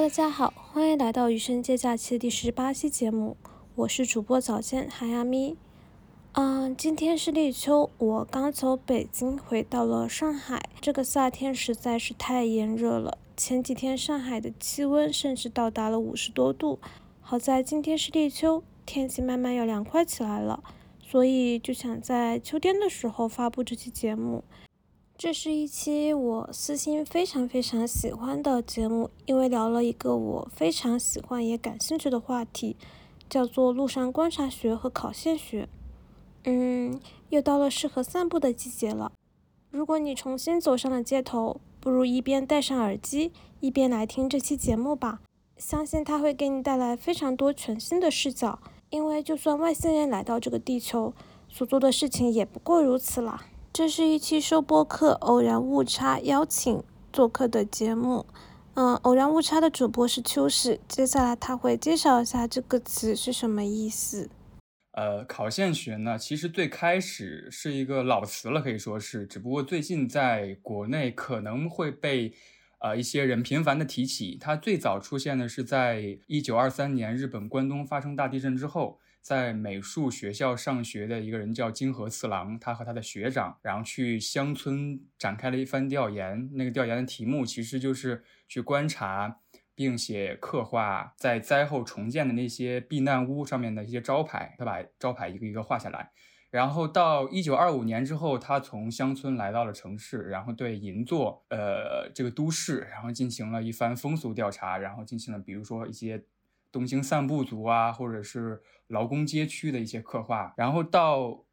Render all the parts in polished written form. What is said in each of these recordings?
Hello， 大家好，欢迎来到余生节假期的第18期节目，我是主播早见海亚咪。今天是立秋，我刚从北京回到了上海。这个夏天实在是太炎热了，前几天上海的气温甚至到达了50多度。好在今天是立秋，天气慢慢要凉快起来了，所以就想在秋天的时候发布这期节目。这是一期我私心非常喜欢的节目，因为聊了一个我非常喜欢也感兴趣的话题，叫做路上观察学和考现学。又到了适合散步的季节了。如果你重新走上了街头，不如一边戴上耳机，一边来听这期节目吧。相信它会给你带来非常多全新的视角，因为就算外星人来到这个地球，所做的事情也不过如此啦。这是一期受播客偶然误差邀请做客的节目。偶然误差的主播是秋实，接下来他会介绍一下这个词是什么意思。 考现学呢，其实最开始是一个老词了，可以说是，只不过最近在国内可能会被一些人频繁的提起。它最早出现的是在1923年日本关东发生大地震之后，在美术学校上学的一个人叫金河次郎，他和他的学长，然后去乡村展开了一番调研。那个调研的题目其实就是去观察并且刻画在灾后重建的那些避难屋上面的一些招牌，他把招牌一个一个画下来。然后到1925年之后，他从乡村来到了城市，然后对银座这个都市，然后进行了一番风俗调查，然后进行了比如说一些东京散步族啊，或者是劳工街区的一些刻画。然后到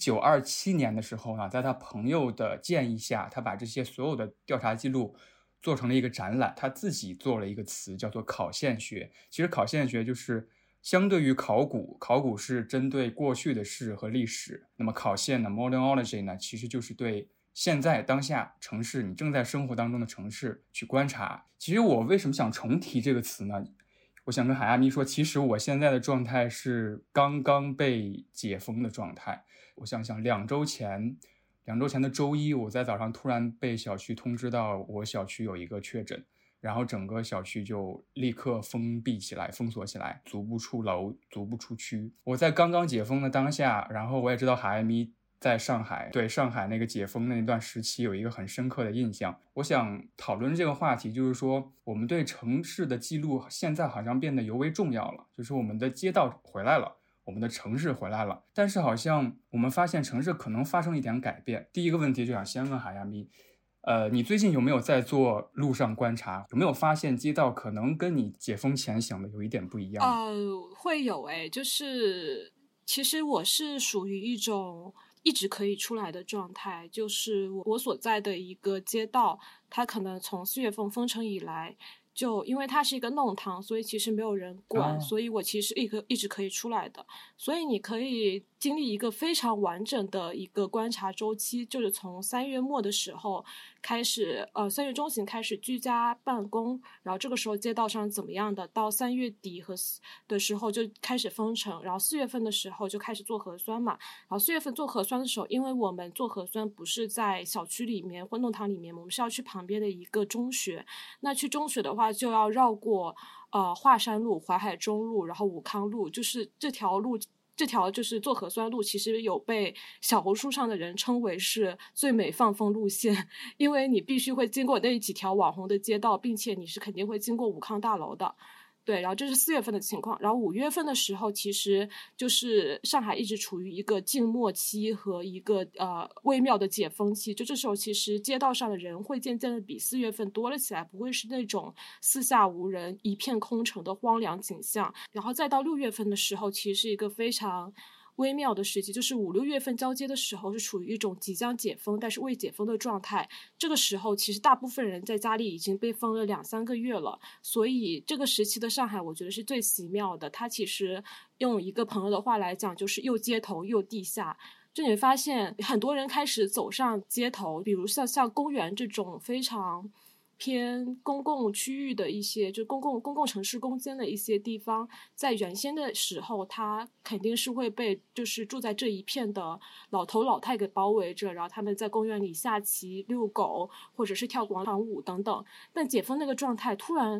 1927年的时候呢，在他朋友的建议下，他把这些所有的调查记录做成了一个展览，他自己做了一个词叫做考现学。其实考现学就是相对于考古，考古是针对过去的事和历史，那么考现呢 modernology 呢，其实就是对现在当下城市，你正在生活当中的城市去观察。其实我为什么想重提这个词呢？我想跟海亚咪说，其实我现在的状态是刚刚被解封的状态。我想想2周前的周一，我在早上突然被小区通知到我小区有一个确诊，然后整个小区就立刻封闭起来，封锁起来，足不出楼，足不出区。我在刚刚解封的当下，然后我也知道海艾咪在上海，对上海那个解封那段时期有一个很深刻的印象。我想讨论这个话题，就是说我们对城市的记录现在好像变得尤为重要了，就是我们的街道回来了，我们的城市回来了，但是好像我们发现城市可能发生一点改变。第一个问题就想先问海亚咪，你最近有没有在做路上观察？有没有发现街道可能跟你解封前想的有一点不一样？ 会有就是其实我是属于一种一直可以出来的状态，就是我所在的一个街道，它可能从4月份封城以来，就因为它是一个弄堂，所以其实没有人管，所以我其实一直可以出来的。所以你可以经历一个非常完整的一个观察周期，就是从3月末的时候开始，3月中旬开始居家办公，然后这个时候街道上怎么样的，到3月底的时候就开始封城，然后4月份的时候就开始做核酸嘛。然后4月份做核酸的时候，因为我们做核酸不是在小区里面或弄堂里面，我们是要去旁边的一个中学，那去中学的话就要绕过华山路、淮海中路，然后武康路，就是这条就是做核酸路，其实有被小红书上的人称为是最美放风路线，因为你必须会经过那几条网红的街道，并且你是肯定会经过武康大楼的。对，然后这是4月份的情况，然后5月份的时候，其实就是上海一直处于一个静默期和一个微妙的解封期，就这时候其实街道上的人会渐渐的比4月份多了起来，不会是那种四下无人、一片空城的荒凉景象。然后再到6月份的时候，其实是一个非常微妙的时期，就是5、6月份交接的时候是处于一种即将解封但是未解封的状态。这个时候其实大部分人在家里已经被封了2、3个月了，所以这个时期的上海我觉得是最奇妙的。它其实用一个朋友的话来讲，就是又街头又地下。就你会发现很多人开始走上街头，比如像公园这种非常偏公共区域的一些，就公共城市空间的一些地方，在原先的时候它肯定是会被就是住在这一片的老头老太给包围着，然后他们在公园里下棋、遛狗或者是跳广场舞等等。但解封那个状态突然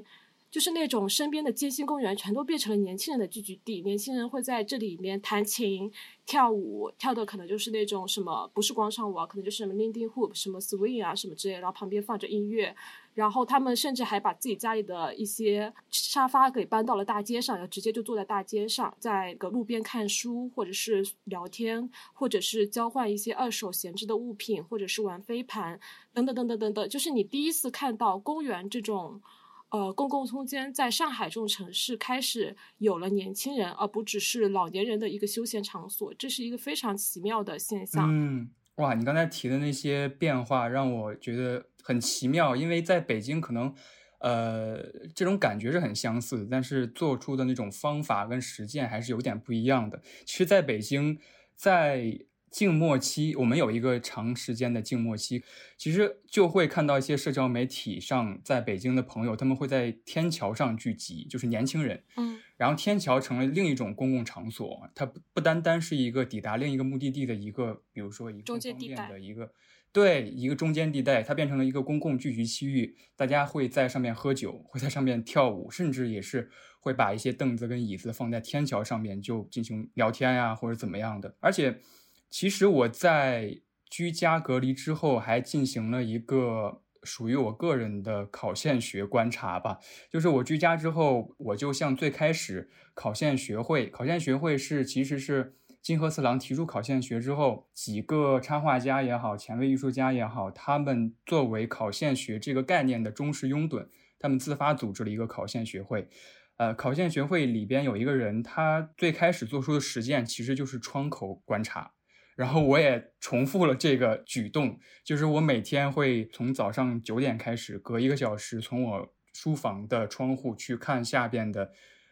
就是那种身边的街心公园全都变成了年轻人的聚居地，年轻人会在这里面弹琴、跳舞，跳的可能就是那种什么不是广场舞啊，可能就是什么 Lindy Hop、什么 Swing 啊什么之类的，然后旁边放着音乐，然后他们甚至还把自己家里的一些沙发给搬到了大街上，然后直接就坐在大街上，在个路边看书，或者是聊天，或者是交换一些二手闲置的物品，或者是玩飞盘，等等等等等等。就是你第一次看到公园这种公共空间在上海这种城市开始有了年轻人，而不只是老年人的一个休闲场所，这是一个非常奇妙的现象。 哇，你刚才提的那些变化让我觉得很奇妙，因为在北京可能这种感觉是很相似，但是做出的那种方法跟实践还是有点不一样的。其实在北京，在静默期，我们有一个长时间的静默期，其实就会看到一些社交媒体上在北京的朋友，他们会在天桥上聚集，就是年轻人，然后天桥成了另一种公共场所，它不单单是一个抵达另一个目的地的一个，比如说一个中间地带的一个，对，一个中间地带，它变成了一个公共聚集区域，大家会在上面喝酒，会在上面跳舞，甚至也是会把一些凳子跟椅子放在天桥上面就进行聊天呀，或者怎么样的。而且其实我在居家隔离之后还进行了一个属于我个人的考现学观察吧，就是我居家之后，我就像最开始考现学会其实是金河四郎提出考现学之后，几个插画家也好，前卫艺术家也好，他们作为考现学这个概念的忠实拥趸，他们自发组织了一个考现学会。考现学会里边有一个人，他最开始做出的实践其实就是窗口观察。然后我也重复了这个举动，就是我每天会从早上9点开始，隔1个小时从我书房的窗户去看下边的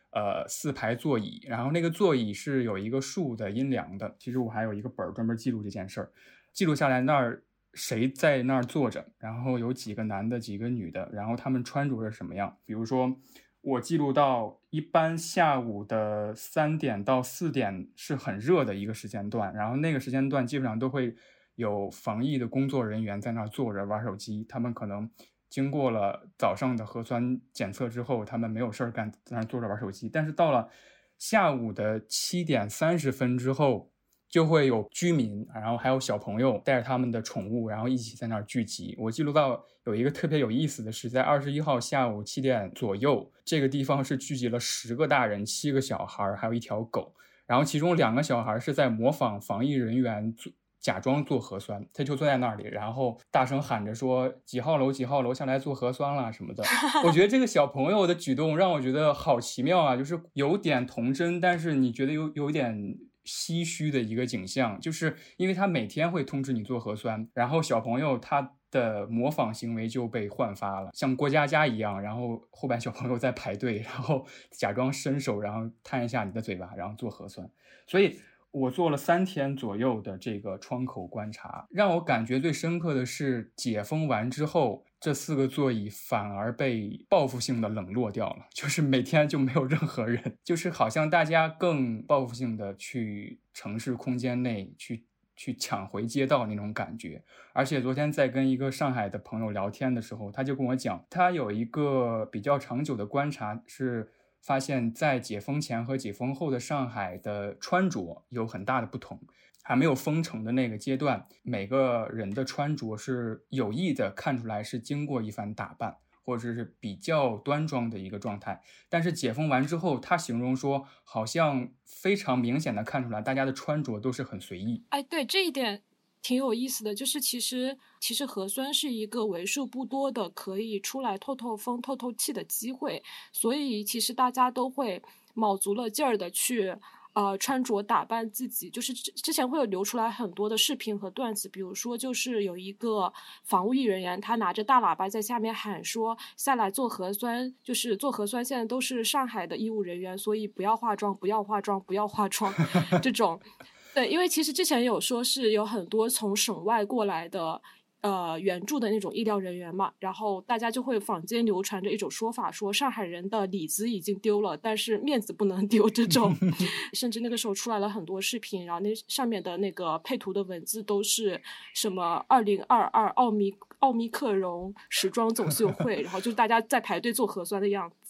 4排座椅，然后那个座椅是有一个数的阴凉的，其实我还有一个本专门记录这件事儿，记录下来那儿谁在那儿坐着，然后有几个男的几个女的，然后他们穿着是什么样，比如说我记录到一般下午的3点到4点是很热的一个时间段，然后那个时间段基本上都会有防疫的工作人员在那儿坐着玩手机，他们可能经过了早上的核酸检测之后，他们没有事儿干，在那儿坐着玩手机。但是到了下午的7点30分之后，就会有居民，然后还有小朋友带着他们的宠物，然后一起在那儿聚集。我记录到有一个特别有意思的是，在21号下午7点左右，这个地方是聚集了10个大人、7个小孩，还有1条狗。然后其中2个小孩是在模仿防疫人员假装做核酸，他就坐在那里，然后大声喊着说几号楼几号楼下来做核酸啦什么的。我觉得这个小朋友的举动让我觉得好奇妙啊，就是有点童真，但是你觉得有点唏嘘的一个景象，就是因为他每天会通知你做核酸，然后小朋友他的模仿行为就被焕发了，像过家家一样，然后后边小朋友在排队，然后假装伸手，然后探一下你的嘴巴，然后做核酸。所以我做了3天左右的这个窗口观察，让我感觉最深刻的是解封完之后，这4个座椅反而被报复性的冷落掉了，就是每天就没有任何人，就是好像大家更报复性的去城市空间内去抢回街道那种感觉。而且昨天在跟一个上海的朋友聊天的时候，他就跟我讲，他有一个比较长久的观察是发现在解封前和解封后的上海的穿着有很大的不同，还没有封城的那个阶段，每个人的穿着是有意的看出来是经过一番打扮，或者是比较端庄的一个状态。但是解封完之后，他形容说好像非常明显的看出来大家的穿着都是很随意。 哎，对，这一点挺有意思的，就是其实核酸是一个为数不多的可以出来透透风透透气的机会，所以其实大家都会卯足了劲儿的去穿着打扮自己，就是之前会有流出来很多的视频和段子，比如说就是有一个防疫人员，他拿着大喇叭在下面喊说下来做核酸，就是做核酸现在都是上海的医务人员，所以不要化妆不要化妆不要化妆这种。对，因为其实之前有说是有很多从省外过来的援助的那种医疗人员嘛，然后大家就会坊间流传着一种说法，说上海人的里子已经丢了，但是面子不能丢这种。甚至那个时候出来了很多视频，然后那上面的那个配图的文字都是什么2022奥密克戎时装走秀会，然后就是大家在排队做核酸的样子。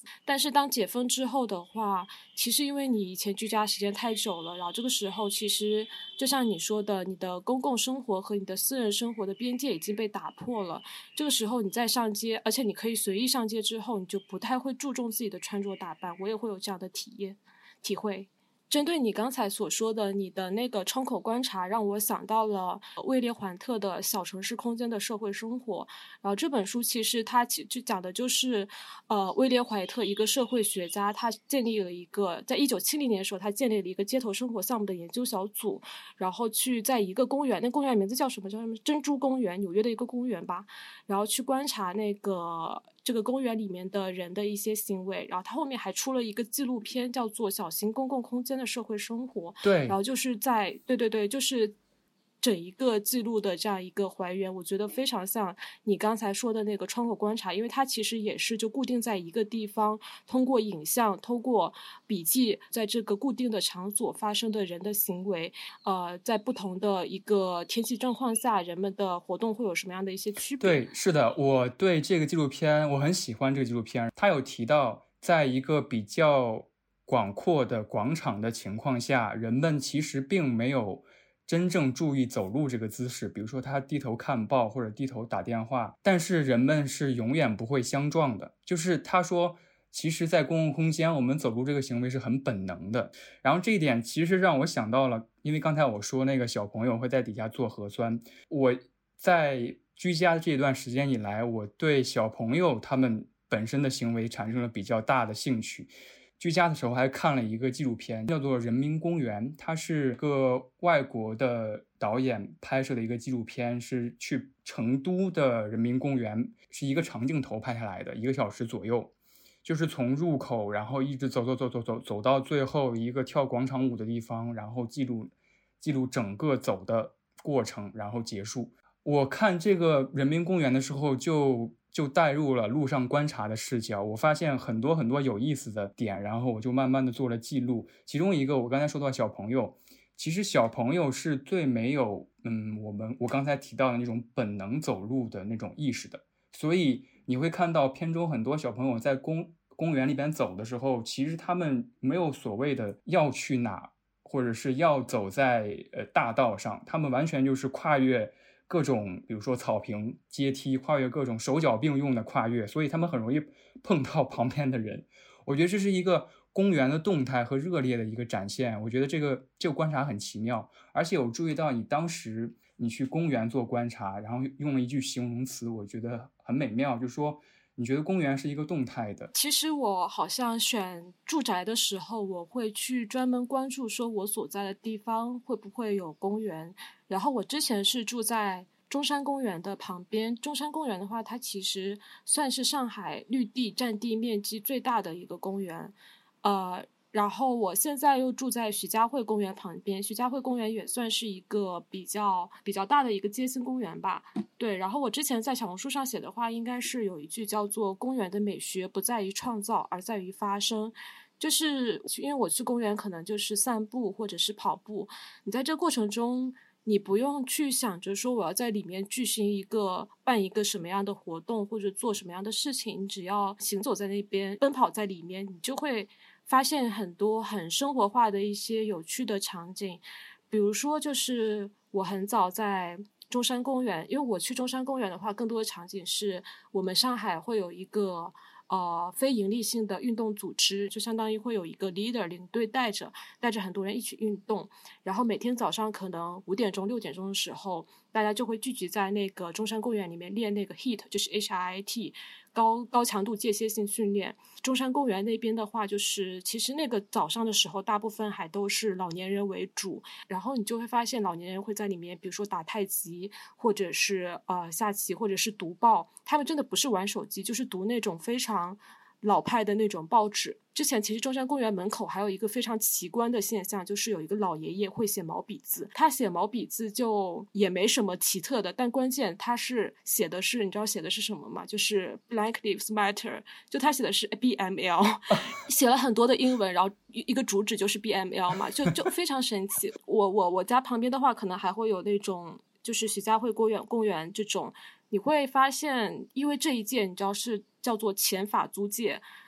但是当解封之后的话，其实因为你以前居家时间太久了，然后这个时候其实就像你说的，你的公共生活和你的私人生活的边界已经被打破了。这个时候你再上街，而且你可以随意上街之后，你就不太会注重自己的穿着打扮。我也会有这样的体会。针对你刚才所说的你的那个窗口观察，让我想到了威廉怀特的小城市空间的社会生活。然后这本书其实它就讲的就是威廉怀特一个社会学家，他建立了一个在1970年的时候他建立了一个街头生活项目的研究小组，然后去在一个公园，那公园名字叫什么珍珠公园，纽约的一个公园吧，然后去观察这个公园里面的人的一些行为。然后他后面还出了一个纪录片叫做小型公共空间的社会生活， 对， 然后就是在对，就是整一个记录的这样一个还原，我觉得非常像你刚才说的那个窗口观察，因为它其实也是就固定在一个地方，通过影像通过笔记在这个固定的场所发生的人的行为，在不同的一个天气状况下人们的活动会有什么样的一些区别。 对，是的，我对这个纪录片我很喜欢这个纪录片，它有提到在一个比较广阔的广场的情况下，人们其实并没有真正注意走路这个姿势，比如说他低头看报或者低头打电话，但是人们是永远不会相撞的。就是他说其实在公共空间我们走路这个行为是很本能的，然后这一点其实让我想到了，因为刚才我说那个小朋友会在底下做核酸，我在居家的这一段时间以来，我对小朋友他们本身的行为产生了比较大的兴趣。居家的时候还看了一个纪录片叫做《人民公园》，它是个外国的导演拍摄的一个纪录片，是去成都的人民公园，是一个长镜头拍下来的，1个小时左右，就是从入口然后一直走到最后一个跳广场舞的地方，然后记录整个走的过程，然后结束。我看这个人民公园的时候就带入了路上观察的视角，我发现很多很多有意思的点，然后我就慢慢的做了记录。其中一个我刚才说到小朋友，其实小朋友是最没有我刚才提到的那种本能走路的那种意识的，所以你会看到片中很多小朋友在公园里边走的时候，其实他们没有所谓的要去哪或者是要走在大道上，他们完全就是跨越各种比如说草坪阶梯，跨越各种手脚并用的跨越，所以他们很容易碰到旁边的人。我觉得这是一个公园的动态和热烈的一个展现，我觉得这个观察很奇妙。而且我注意到你当时你去公园做观察，然后用了一句形容词，我觉得很美妙，就是说你觉得公园是一个动态的。 其实我好像选住宅的时候，我会去专门关注说我所在的地方会不会有公园。然后我之前是住在中山公园的旁边，中山公园的话它其实算是上海绿地占地面积最大的一个公园。然后我现在又住在徐家汇公园旁边，徐家汇公园也算是一个比较大的一个街心公园吧。对，然后我之前在小红书上写的话，应该是有一句叫做公园的美学不在于创造，而在于发生。就是因为我去公园可能就是散步或者是跑步，你在这过程中你不用去想着说我要在里面办一个什么样的活动或者做什么样的事情，你只要行走在那边奔跑在里面，你就会发现很多很生活化的一些有趣的场景。比如说就是我很早在中山公园，因为我去中山公园的话更多的场景是我们上海会有一个非盈利性的运动组织，就相当于会有一个 leader 领队带着很多人一起运动，然后每天早上可能5点钟6点钟的时候，大家就会聚集在那个中山公园里面练那个 HIIT， 就是 HIIT 高强度间歇性训练。中山公园那边的话，就是其实那个早上的时候大部分还都是老年人为主，然后你就会发现老年人会在里面比如说打太极或者是下棋或者是读报，他们真的不是玩手机，就是读那种非常老派的那种报纸。之前其实中山公园门口还有一个非常奇观的现象，就是有一个老爷爷会写毛笔字，他写毛笔字就也没什么奇特的，但关键他是写的是，你知道写的是什么吗？就是 Blank Lives Matter， 就他写的是 BML 写了很多的英文，然后一个主旨就是 BML 嘛，就非常神奇。我家旁边的话可能还会有那种就是徐家汇公园这种，你会发现因为这一届你知道是叫做前法租界，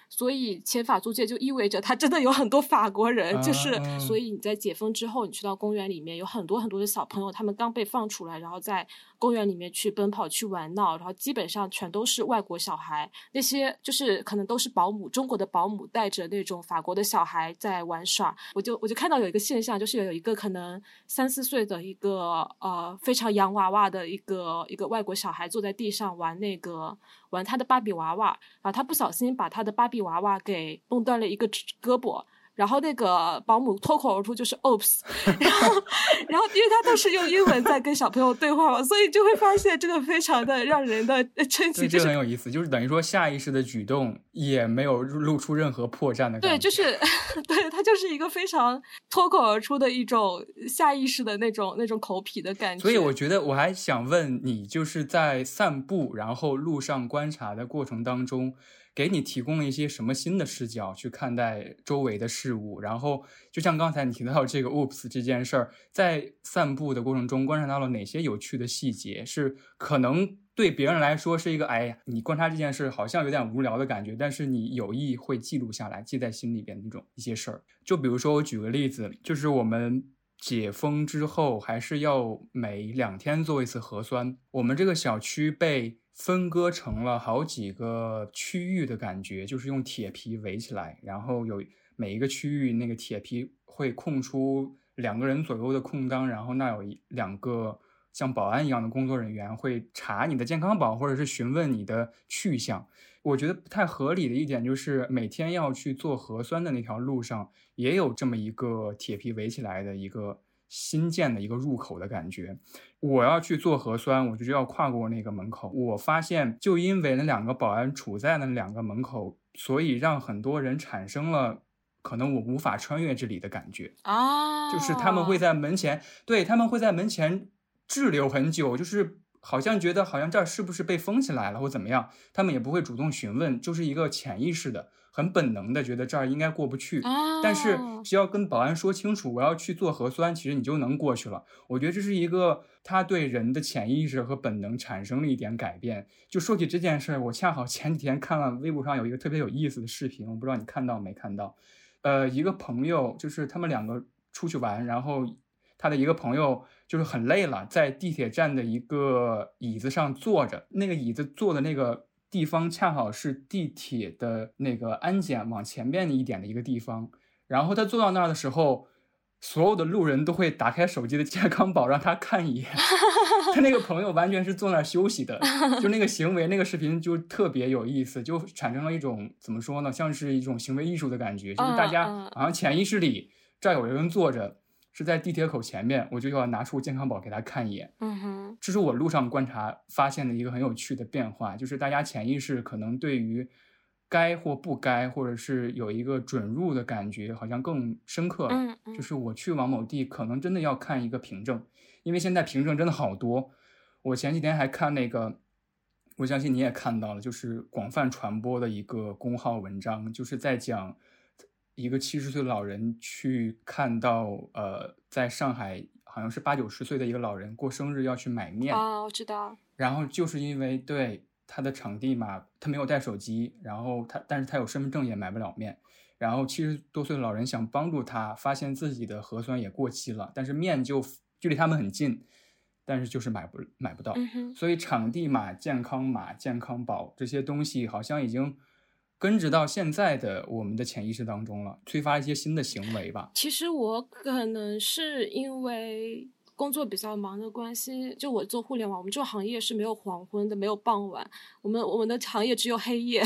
所以前法租界就意味着它真的有很多法国人，就是所以你在解封之后，你去到公园里面，有很多很多的小朋友，他们刚被放出来，然后在公园里面去奔跑去玩闹，然后基本上全都是外国小孩，那些就是可能都是保姆，中国的保姆带着那种法国的小孩在玩耍。我就看到有一个现象，就是有一个可能3-4岁的一个非常洋娃娃的一个外国小孩坐在地上玩他的芭比娃娃，然后他不小心把他的芭比娃娃给弄断了一个胳膊，然后那个保姆脱口而出就是 oops 然后因为他都是用英文在跟小朋友对话嘛，所以就会发现这个非常的让人的称奇。 对，这很有意思，就是等于说下意识的举动也没有露出任何破绽的感觉。 对，就是对，他就是一个非常脱口而出的一种下意识的那种口痞的感觉。 所以我觉得我还想问你，就是在散步然后路上观察的过程当中，给你提供了一些什么新的视角去看待周围的事物，然后就像刚才你提到这个 oops 这件事儿，在散步的过程中观察到了哪些有趣的细节，是可能对别人来说是一个你观察这件事好像有点无聊的感觉，但是你有意会记录下来，记在心里边那种一些事儿。就比如说我举个例子，就是我们解封之后还是要每2天做一次核酸，我们这个小区被分割成了好几个区域的感觉，就是用铁皮围起来，然后有每一个区域那个铁皮会空出2个人左右的空当，然后那有2个像保安一样的工作人员会查你的健康宝或者是询问你的去向。我觉得不太合理的一点就是每天要去做核酸的那条路上也有这么一个铁皮围起来的一个新建的一个入口的感觉。我要去做核酸，我就要跨过那个门口，我发现就因为那2个保安处在那2个门口，所以让很多人产生了可能我无法穿越这里的感觉啊，就是他们会在门前，对，他们会在门前滞留很久，就是好像觉得好像这儿是不是被封起来了或怎么样，他们也不会主动询问，就是一个潜意识的很本能的觉得这儿应该过不去但是只要跟保安说清楚我要去做核酸，其实你就能过去了。我觉得这是一个他对人的潜意识和本能产生了一点改变。就说起这件事，我恰好前几天看了微博上有一个特别有意思的视频，我不知道你看到没看到。一个朋友就是他们2个出去玩，然后他的一个朋友就是很累了，在地铁站的一个椅子上坐着，那个椅子坐的那个地方恰好是地铁的那个安检往前面一点的一个地方，然后他坐到那儿的时候，所有的路人都会打开手机的健康宝让他看一眼他那个朋友完全是坐那儿休息的，就那个行为，那个视频就特别有意思，就产生了一种怎么说呢，像是一种行为艺术的感觉，就是大家好像潜意识里这儿有人坐着是在地铁口前面，我就要拿出健康宝给他看一眼。这是我路上观察发现的一个很有趣的变化，就是大家潜意识可能对于该或不该，或者是有一个准入的感觉好像更深刻了。就是我去往某地可能真的要看一个凭证，因为现在凭证真的好多。我前几天还看那个，我相信你也看到了，就是广泛传播的一个公号文章，就是在讲一个70岁的老人去看到在上海好像是80-90岁的一个老人过生日要去买面我知道。 然后就是因为对他的场地嘛，他没有带手机，然后但是他有身份证也买不了面，然后70多岁的老人想帮助他，发现自己的核酸也过期了，但是面就距离他们很近，但是就是买不到。所以场地码、健康码、健康宝这些东西好像已经根植到现在的我们的潜意识当中了，催发一些新的行为吧。 其实我可能是因为工作比较忙的关系，就我做互联网，我们这个行业是没有黄昏的，没有傍晚，我们的行业只有黑夜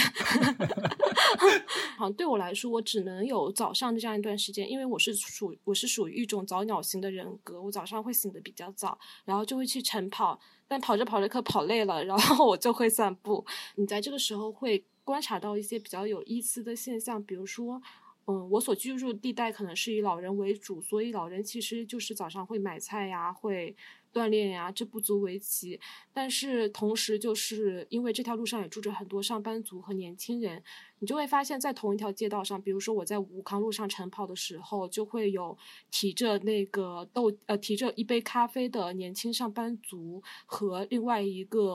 好像对我来说我只能有早上的这样一段时间，因为我是属于一种早鸟型的人格，我早上会醒得比较早，然后就会去晨跑，但跑着跑着跑累了，然后我就会散步。你在这个时候会观察到一些比较有意思的现象，比如说我所居住的地带可能是以老人为主，所以老人其实就是早上会买菜呀，会锻炼呀，这不足为奇。但是同时就是因为这条路上也住着很多上班族和年轻人，你就会发现在同一条街道上，比如说我在武康路上晨跑的时候，就会有提着一杯咖啡的年轻上班族和另外一个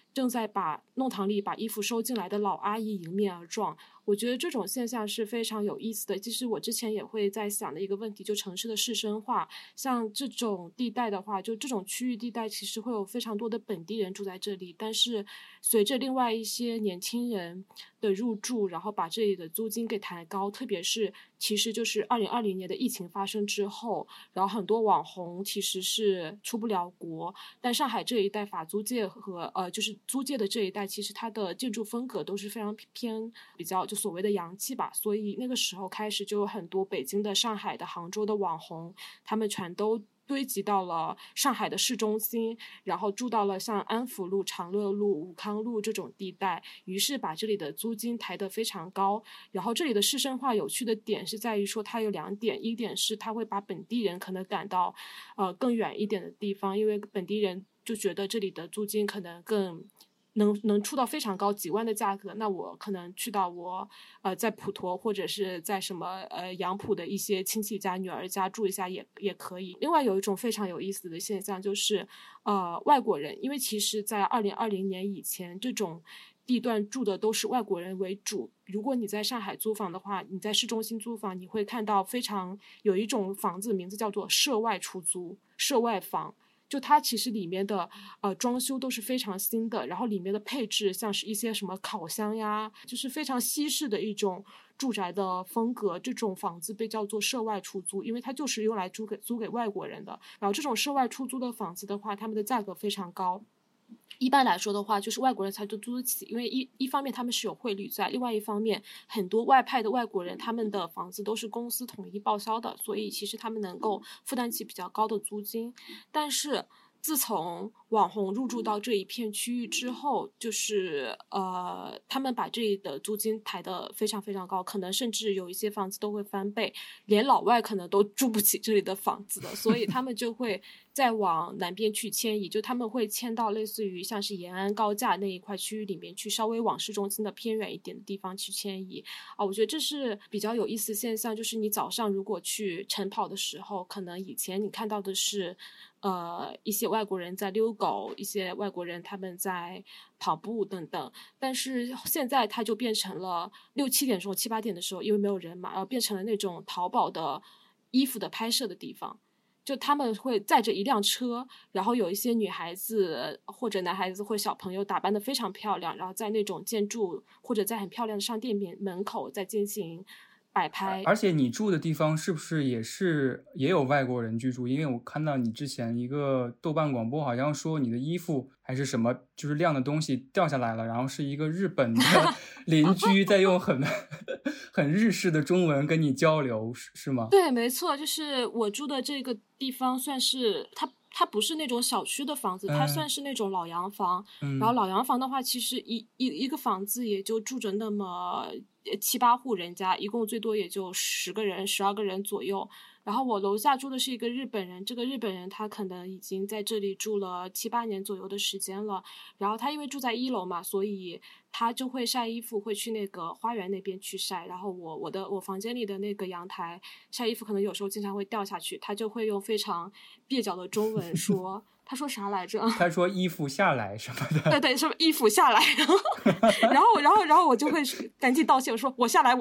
正在把弄堂里把衣服收进来的老阿姨迎面而撞。我觉得这种现象是非常有意思的。其实我之前也会在想的一个问题，就城市的市生化，像这种地带的话，就这种区域地带其实会有非常多的本地人住在这里，但是随着另外一些年轻人的入住，然后把这里的租金给抬高，特别是其实就是2020年的疫情发生之后，然后很多网红其实是出不了国，但上海这一带法租界和就是租界的这一带，其实它的建筑风格都是非常偏比较就所谓的洋气吧，所以那个时候开始就有很多北京的、上海的、杭州的网红，他们全都堆积到了上海的市中心，然后住到了像安福路、长乐路、武康路这种地带，于是把这里的租金抬得非常高。然后这里的市生化有趣的点是在于说它有2点，一点是它会把本地人可能赶到更远一点的地方，因为本地人就觉得这里的租金可能更能出到非常高几万的价格，那我可能去到我在普陀或者是在什么杨浦的一些亲戚家、女儿家住一下也可以。另外有一种非常有意思的现象就是外国人，因为其实在2020年以前这种地段住的都是外国人为主。如果你在上海租房的话，你在市中心租房，你会看到非常有一种房子名字叫做涉外出租、涉外房。就它其实里面的装修都是非常新的，然后里面的配置像是一些什么烤箱呀，就是非常西式的一种住宅的风格。这种房子被叫做涉外出租，因为它就是用来租给外国人的。然后这种涉外出租的房子的话，他们的价格非常高。一般来说的话，就是外国人才租得起，因为一方面他们是有汇率在，另外一方面很多外派的外国人他们的房子都是公司统一报销的，所以其实他们能够负担起比较高的租金。但是自从网红入驻到这一片区域之后，就是他们把这里的租金抬得非常非常高，可能甚至有一些房子都会翻倍，连老外可能都住不起这里的房子的，所以他们就会再往南边去迁移，就他们会迁到类似于像是延安高架那一块区域里面去，稍微往市中心的偏远一点的地方去迁移我觉得这是比较有意思的现象，就是你早上如果去晨跑的时候，可能以前你看到的是一些外国人在遛狗，一些外国人他们在跑步等等，但是现在它就变成了6、7点钟、7、8点的时候，因为没有人嘛，然后变成了那种淘宝的衣服的拍摄的地方。就他们会载着一辆车，然后有一些女孩子或者男孩子或者小朋友打扮得非常漂亮，然后在那种建筑或者在很漂亮的商店门口再进行摆拍。 而且你住的地方是不是也有外国人居住？因为我看到你之前一个豆瓣广播好像说你的衣服还是什么就是晾的东西掉下来了，然后是一个日本的邻居在用很日式的中文跟你交流，是吗？ 对，没错，就是我住的这个地方算是它不是那种小区的房子，它算是那种老洋房。然后老洋房的话，其实一个房子也就住着那么7、8户人家，一共最多也就10个人、12个人左右。然后我楼下住的是一个日本人，这个日本人他可能已经在这里住了7、8年左右的时间了。然后他因为住在1楼嘛，所以他就会晒衣服，会去那个花园那边去晒。然后我房间里的那个阳台晒衣服，可能有时候经常会掉下去，他就会用非常蹩脚的中文说。他说啥来着？ 他说衣服下来什么的。 对对，什么衣服下来，然后我就会赶紧道歉，我说我下来。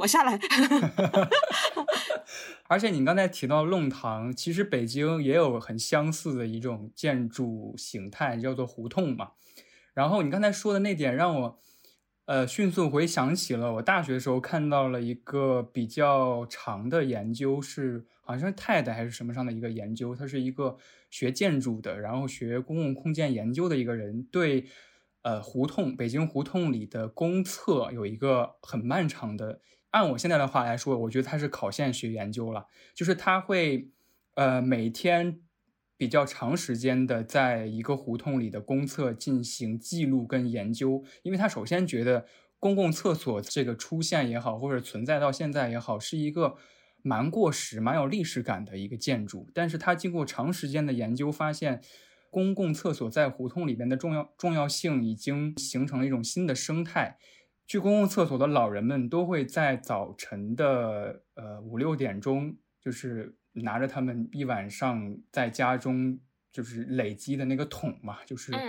而且你刚才提到弄堂，其实北京也有很相似的一种建筑形态，叫做胡同嘛。然后你刚才说的那点让我迅速回想起了我大学的时候看到了一个比较长的研究，是好像是TED还是什么上的一个研究，他是一个学建筑的，然后学公共空间研究的一个人，对北京胡同里的公厕有一个很漫长的，按我现在的话来说，我觉得他是考线学研究了，就是他会每天比较长时间的在一个胡同里的公厕进行记录跟研究，因为他首先觉得公共厕所这个出现也好，或者存在到现在也好，是一个蛮过时、蛮有历史感的一个建筑，但是他经过长时间的研究发现，公共厕所在胡同里面的重要性已经形成了一种新的生态。去公共厕所的老人们都会在早晨的5、6点钟，就是拿着他们一晚上在家中就是累积的那个桶嘛，就是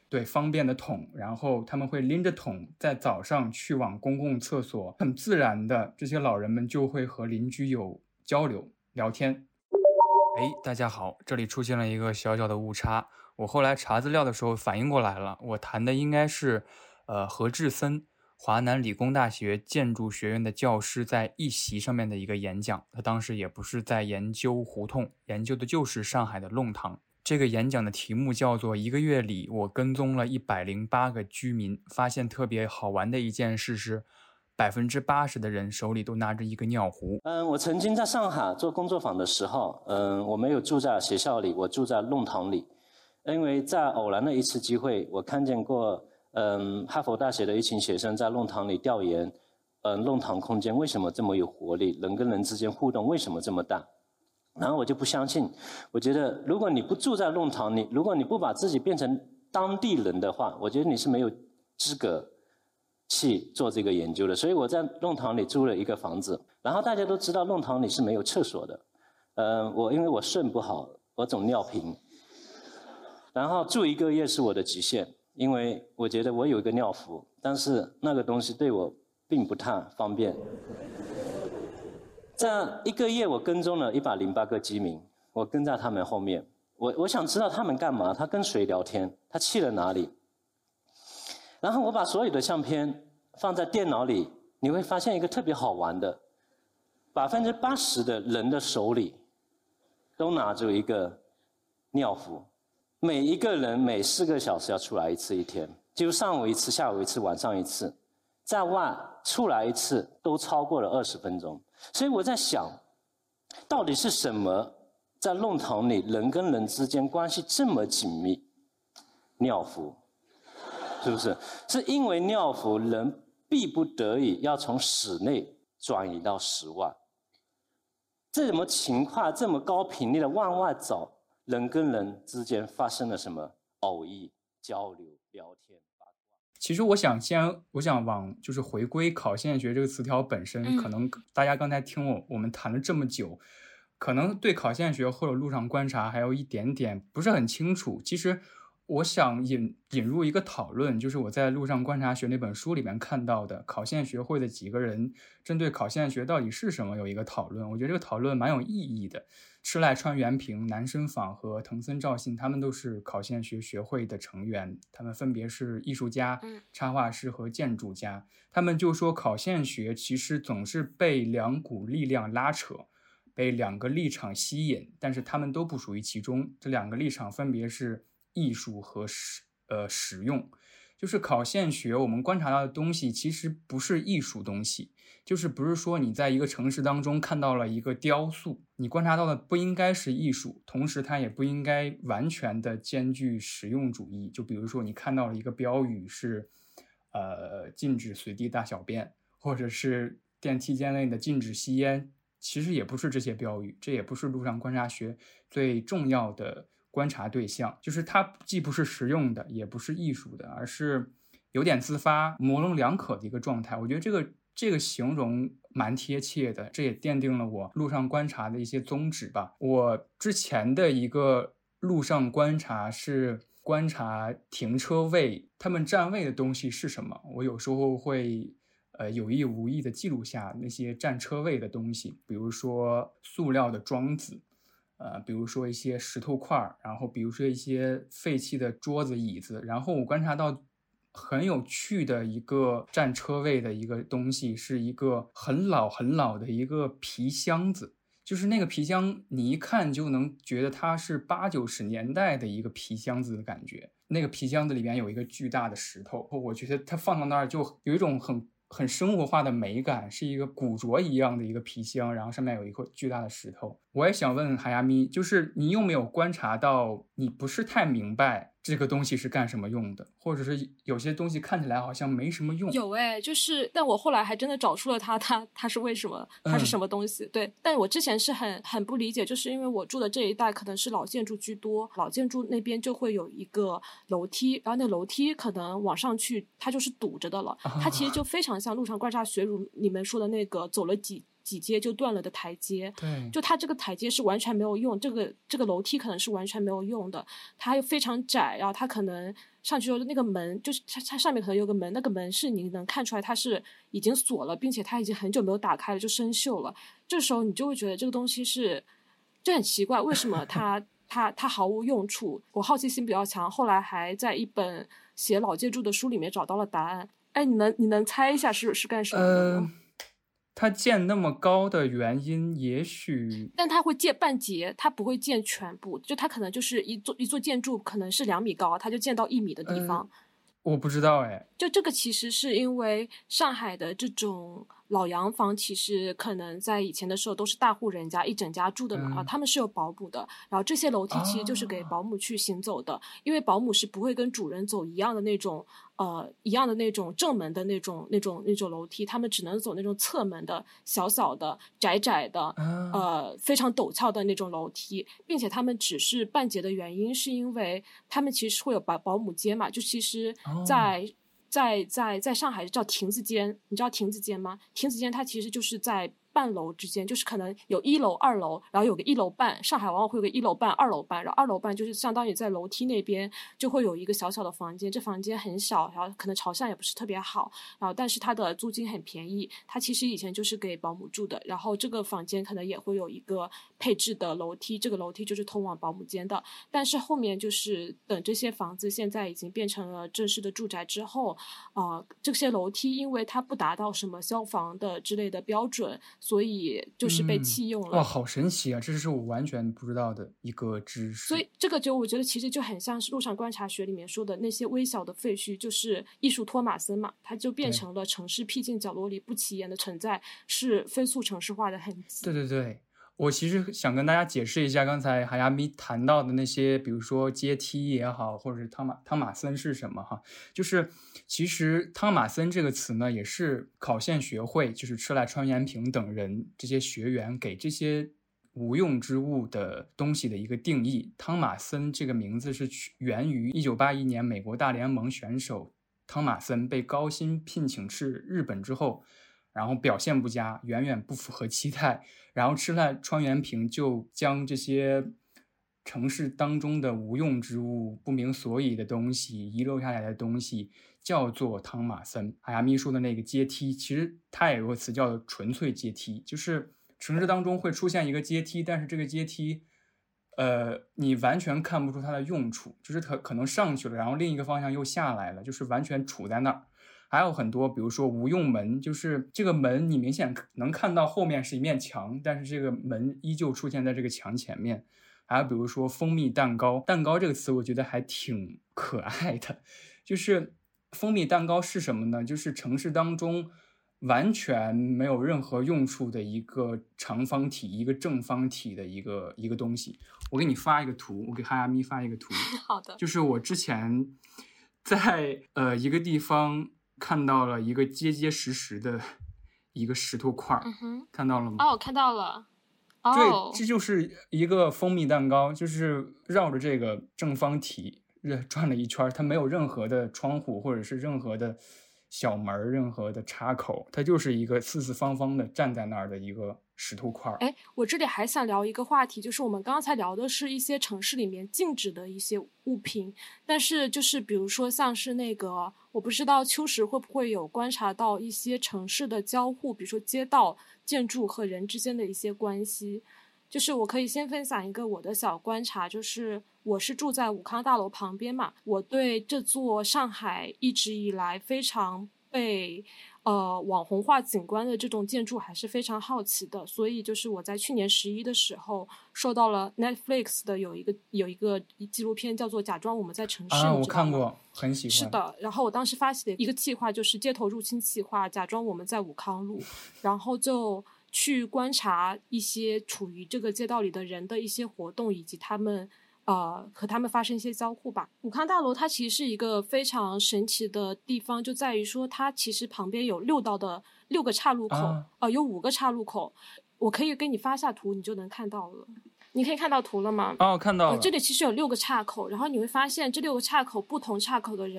对，方便的桶，然后他们会拎着桶在早上去往公共厕所，很自然的这些老人们就会和邻居有交流聊天。大家好，这里出现了一个小小的误差，我后来查资料的时候反应过来了，我谈的应该是何志森，华南理工大学建筑学院的教师在一席上面的一个演讲，他当时也不是在研究胡同，研究的就是上海的弄堂。这个演讲的题目叫做1个月里我跟踪了108个居民，发现特别好玩的一件事是80%的人手里都拿着一个尿壶。 我曾经在上海做工作坊的时候，我没有住在学校里，我住在弄堂里。因为在偶然的一次机会，我看见过哈佛大学的一群学生在弄堂里调研弄堂空间为什么这么有活力，人跟人之间互动为什么这么大。然后我就不相信，我觉得如果你不住在弄堂里，如果你不把自己变成当地人的话，我觉得你是没有资格去做这个研究的。所以我在弄堂里租了一个房子，然后大家都知道弄堂里是没有厕所的。因为我肾不好，我总尿频，然后住1个月是我的极限，因为我觉得我有一个尿壶，但是那个东西对我并不太方便。在1个月，我跟踪了108个居民，我跟在他们后面，我想知道他们干嘛，他跟谁聊天，他去了哪里。然后我把所有的相片放在电脑里，你会发现一个特别好玩的，80%的人的手里都拿着一个尿壶，每一个人每4个小时要出来一次，一天，就上午一次，下午一次，晚上一次，在外出来一次都超过了20分钟。所以我在想，到底是什么在弄堂里人跟人之间关系这么紧密？尿壶，是不是？是因为尿壶人逼不得已要从室内转移到室外。这种情况这么高频率的往外走，人跟人之间发生了什么偶遇、交流、聊天？ 其实我想往就是回归考现学这个词条本身，可能大家刚才听我们谈了这么久，可能对考现学或者路上观察还有一点点不是很清楚。其实我想引入一个讨论，就是我在路上观察学那本书里面看到的考现学会的几个人针对考现学到底是什么有一个讨论，我觉得这个讨论蛮有意义的。施赖川元平、南生坊和藤森照信他们都是考现学学会的成员，他们分别是艺术家、插画师和建筑家。他们就说考现学其实总是被2股力量拉扯，被2个立场吸引，但是他们都不属于其中。这2个立场分别是艺术和实用。就是考现学我们观察到的东西其实不是艺术东西，就是不是说你在一个城市当中看到了一个雕塑，你观察到的不应该是艺术，同时它也不应该完全的兼具实用主义。就比如说你看到了一个标语是禁止随地大小便，或者是电梯间内的禁止吸烟，其实也不是这些标语，这也不是路上观察学最重要的观察对象，就是它既不是实用的，也不是艺术的，而是有点自发、模棱两可的一个状态。我觉得这个形容蛮贴切的，这也奠定了我路上观察的一些宗旨吧。我之前的一个路上观察是观察停车位，他们占位的东西是什么。我有时候会有意无意的记录下那些占车位的东西，比如说塑料的桩子，比如说一些石头块，然后比如说一些废弃的桌子椅子。然后我观察到很有趣的一个占车位的一个东西，是一个很老很老的一个皮箱子，就是那个皮箱你一看就能觉得它是80、90年代的一个皮箱子的感觉。那个皮箱子里面有一个巨大的石头，我觉得它放到那儿就有一种很生活化的美感，是一个古着一样的一个皮箱，然后上面有一块巨大的石头。我也想问海亚咪，就是你有没有观察到你不是太明白这个东西是干什么用的，或者是有些东西看起来好像没什么用？ 有就是但我后来还真的找出了它是为什么，它是什么东西。对，但我之前是很不理解，就是因为我住的这一带可能是老建筑居多，老建筑那边就会有一个楼梯，然后那楼梯可能往上去它就是堵着的了，它其实就非常像路上观察学如你们说的那个走了几几阶就断了的台阶。 对， 就它这个台阶是完全没有用，这个楼梯可能是完全没有用的，它又非常窄，然后它可能上去之后那个门就是它上面可能有个门，那个门是你能看出来它是已经锁了，并且它已经很久没有打开了，就生锈了。这时候你就会觉得这个东西就很奇怪，为什么它毫无用处？我好奇心比较强，后来还在一本写老建筑的书里面找到了答案。哎，你能猜一下是干什么的吗？ 它建那么高的原因，也许， 但它会建半截，它不会建全部，就它可能就是一座建筑可能是2米高，它就建到1米的地方。 我不知道哎。 就这个其实是因为上海的这种老洋房，其实可能在以前的时候都是大户人家一整家住的嘛，他们是有保姆的，然后这些楼梯其实就是给保姆去行走的，因为保姆是不会跟主人走一样的那种正门的那种楼梯，他们只能走那种侧门的小小的窄窄的非常陡峭的那种楼梯，并且他们只是半截的原因是因为他们其实会有保姆间嘛，就其实在上海叫亭子间，你知道亭子间吗？亭子间它其实就是在半楼之间，就是可能有1楼2楼，然后有个1楼半，上海往往会有个1楼半2楼半，然后2楼半就是相当于在楼梯那边就会有一个小小的房间，这房间很小，然后可能朝向也不是特别好，然后但是它的租金很便宜，它其实以前就是给保姆住的，然后这个房间可能也会有一个配置的楼梯，这个楼梯就是通往保姆间的，但是后面就是等这些房子现在已经变成了正式的住宅之后，这些楼梯因为它不达到什么消防的之类的标准，所以就是被弃用了。 哇，好神奇啊！这是我完全不知道的一个知识。 所以这个我觉得其实就很像是路上观察学里面说的那些微小的废墟，就是艺术托马森嘛，它就变成了城市僻静角落里不起眼的存在，是飞速城市化的痕迹。 对对对，我其实想跟大家解释一下刚才海亚咪谈到的那些，比如说阶梯也好，或者是汤马森是什么哈，就是其实汤马森这个词呢，也是考县学会，就是车来川延平等人这些学员给这些无用之物的东西的一个定义。汤马森这个名字是源于1981年美国大联盟选手汤马森被高薪聘请至日本之后，然后表现不佳，远远不符合期待，然后吃来川原平就将这些城市当中的无用之物、不明所以的东西、遗留下来的东西叫做汤马森。海亚咪说的那个阶梯，其实它也有个词叫做纯粹阶梯，就是城市当中会出现一个阶梯，但是这个阶梯你完全看不出它的用处，就是可能上去了，然后另一个方向又下来了，就是完全处在那儿。还有很多，比如说无用门，就是这个门你明显能看到后面是一面墙，但是这个门依旧出现在这个墙前面。还有比如说蜂蜜蛋糕，蛋糕这个词我觉得还挺可爱的，就是蜂蜜蛋糕是什么呢？就是城市当中完全没有任何用处的一个长方体，一个正方体的一个东西。我给你发一个图，我给哈亚咪发一个图。 好的， 就是我之前在一个地方看到了一个结结实实的一个石头块，看到了吗？ 哦，看到了。 对，这就是一个蜂蜜蛋糕，就是绕着这个正方体转了一圈，它没有任何的窗户或者是任何的小门、任何的插口，它就是一个四四方方的站在那儿的一个石头块。 哎，我这里还想聊一个话题，就是我们刚才聊的是一些城市里面静止的一些物品，但是就是比如说像是那个，我不知道秋实会不会有观察到一些城市的交互，比如说街道、建筑和人之间的一些关系。就是我可以先分享一个我的小观察，就是我是住在武康大楼旁边嘛，我对这座上海一直以来非常被网红化景观的这种建筑还是非常好奇的，所以就是我在去年11的时候收到了 Netflix 的有一个纪录片叫做《假装我们在城市》， 我看过，很喜欢。 是的，然后我当时发起的一个计划就是街头入侵计划，假装我们在武康路，然后就去观察一些处于这个街道里的人的一些活动，以及他们和他们发生一些交互吧。武康大楼它其实是一个非常神奇的地方，就在于说它其实旁边有6个岔路口，有5个岔路口。我可以给你发下图，你就能看到了。你可以看到图了吗？ 看到了。 这里其实有6个岔口，然后你会发现这6个岔口不同岔口的人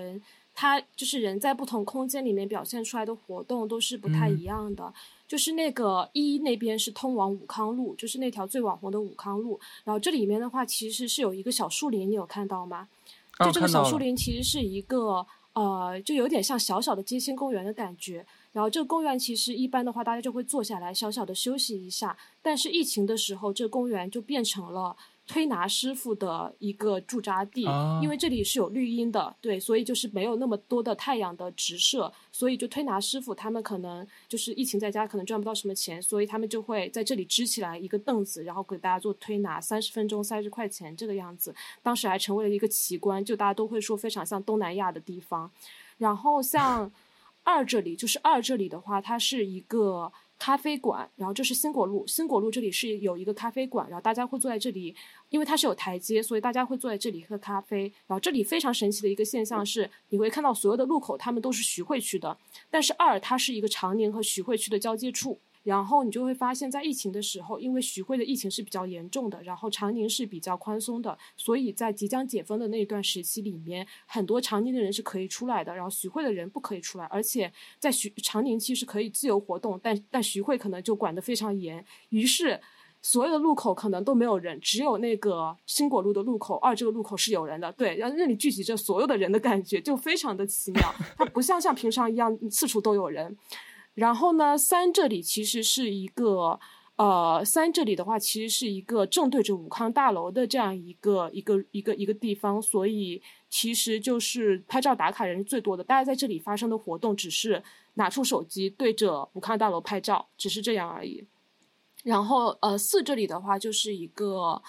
它就是人在不同空间里面表现出来的活动都是不太一样的。就是那个那边是通往武康路，就是那条最网红的武康路，然后这里面的话其实是有一个小树林，你有看到吗？就这个小树林其实是一个就有点像小小的街心公园的感觉。然后这个公园其实一般的话大家就会坐下来小小的休息一下，但是疫情的时候这个公园就变成了推拿师傅的一个驻扎地，因为这里是有绿荫的，对，所以就是没有那么多的太阳的直射，所以就推拿师傅他们可能就是疫情在家可能赚不到什么钱，所以他们就会在这里支起来一个凳子，然后给大家做推拿，30分钟30块钱这个样子，当时还成为了一个奇观，就大家都会说非常像东南亚的地方。然后像二这里的话，它是一个咖啡馆，然后这是新果路这里是有一个咖啡馆，然后大家会坐在这里，因为它是有台阶，所以大家会坐在这里喝咖啡。然后这里非常神奇的一个现象是，你会看到所有的路口他们都是徐汇区的，但是它是一个长宁和徐汇区的交界处。然后你就会发现在疫情的时候，因为徐汇的疫情是比较严重的，然后长宁是比较宽松的，所以在即将解封的那段时期里面，很多长宁的人是可以出来的，然后徐汇的人不可以出来，而且在长宁期是可以自由活动，但徐汇可能就管得非常严，于是所有的路口可能都没有人，只有那个新果路的路口这个路口是有人的，对，然后那里聚集着所有的人的感觉就非常的奇妙，它不像平常一样四处都有人。然后呢，3这里其实是一个3这里的话其实是一个正对着武康大楼的这样一个地方，所以其实就是拍照打卡人最多的，大家在这里发生的活动只是拿出手机对着武康大楼拍照，只是这样而已。然后4这里的话就是一个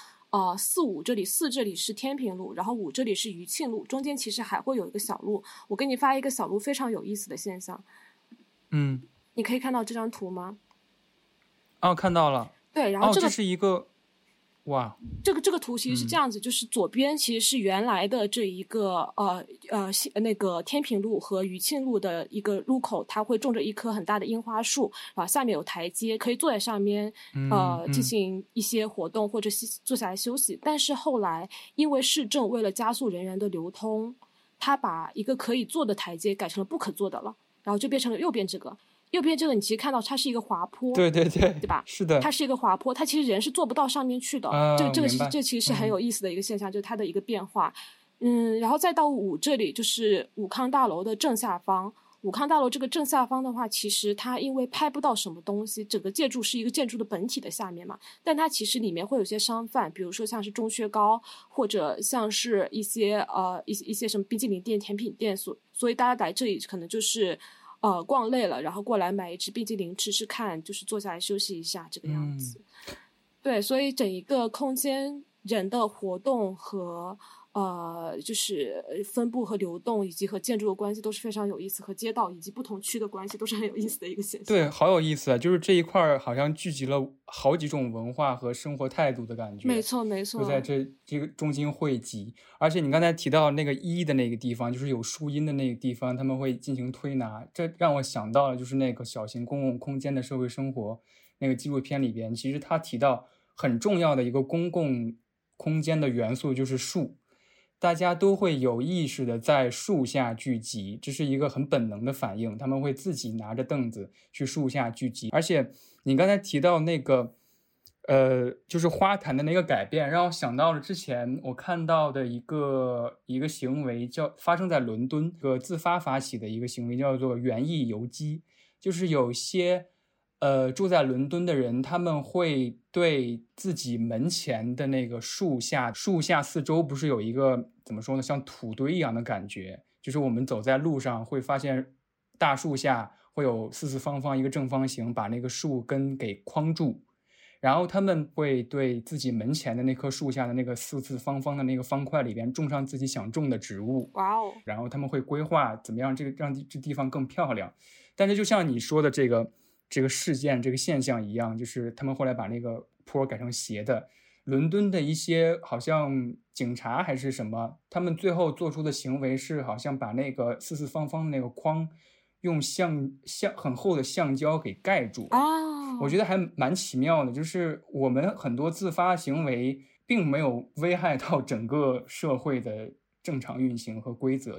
4这里是天平路，然后5这里是余庆路，中间其实还会有一个小路，我给你发一个小路非常有意思的现象。你可以看到这张图吗？ 看到了。 对，然后这是一个，哇， 这个图其实是这样子，就是左边其实是原来的这一个那个天平路和余庆路的一个路口，它会种着一棵很大的樱花树，然后下面有台阶，可以坐在上面进行一些活动或者坐下来休息。但是后来因为市政为了加速人员的流通，它把一个可以坐的台阶改成了不可坐的了，然后就变成了右边这个你其实看到它是一个滑坡， 对吧？ 是的， 它是一个滑坡，它其实人是坐不到上面去的。这其实是很有意思的一个现象，就是它的一个变化。然后再到5这里，就是武康大楼的正下方。武康大楼这个正下方的话，其实它因为拍不到什么东西，整个建筑是一个建筑的本体的下面嘛，但它其实里面会有些商贩，比如说像是钟薛高，或者像是一些一些什么冰淇淋店、甜品店，所以大家来这里可能就是逛累了，然后过来买一支冰淇淋吃吃看，就是坐下来休息一下这个样子。对，所以整一个空间人的活动和就是分布和流动以及和建筑的关系都是非常有意思，和街道以及不同区的关系都是很有意思的一个现象。 对，好有意思啊，就是这一块好像聚集了好几种文化和生活态度的感觉。 没错就在这个中心汇集。而且你刚才提到那个的那个地方，就是有树荫的那个地方，他们会进行推拿，这让我想到了就是那个小型公共空间的社会生活那个纪录片里边，其实他提到很重要的一个公共空间的元素就是树，大家都会有意识的在树下聚集，这是一个很本能的反应，他们会自己拿着凳子去树下聚集。而且你刚才提到那个就是花坛的那个改变，让我想到了之前我看到的一个行为，发生在伦敦，一个自发发起的一个行为叫做园艺游击，就是有些住在伦敦的人，他们会对自己门前的那个树下四周不是有一个怎么说呢，像土堆一样的感觉，就是我们走在路上会发现大树下会有四四方方一个正方形把那个树根给框住，然后他们会对自己门前的那棵树下的那个四四方方的那个方块里边种上自己想种的植物。 哇哦！ 然后他们会规划怎么样让这地方更漂亮。但是就像你说的这个事件这个现象一样，就是他们后来把那个坡改成斜的。伦敦的一些好像警察还是什么，他们最后做出的行为是好像把那个四四方方的那个框用很厚的橡胶给盖住。我觉得还蛮奇妙的，就是我们很多自发行为并没有危害到整个社会的正常运行和规则的，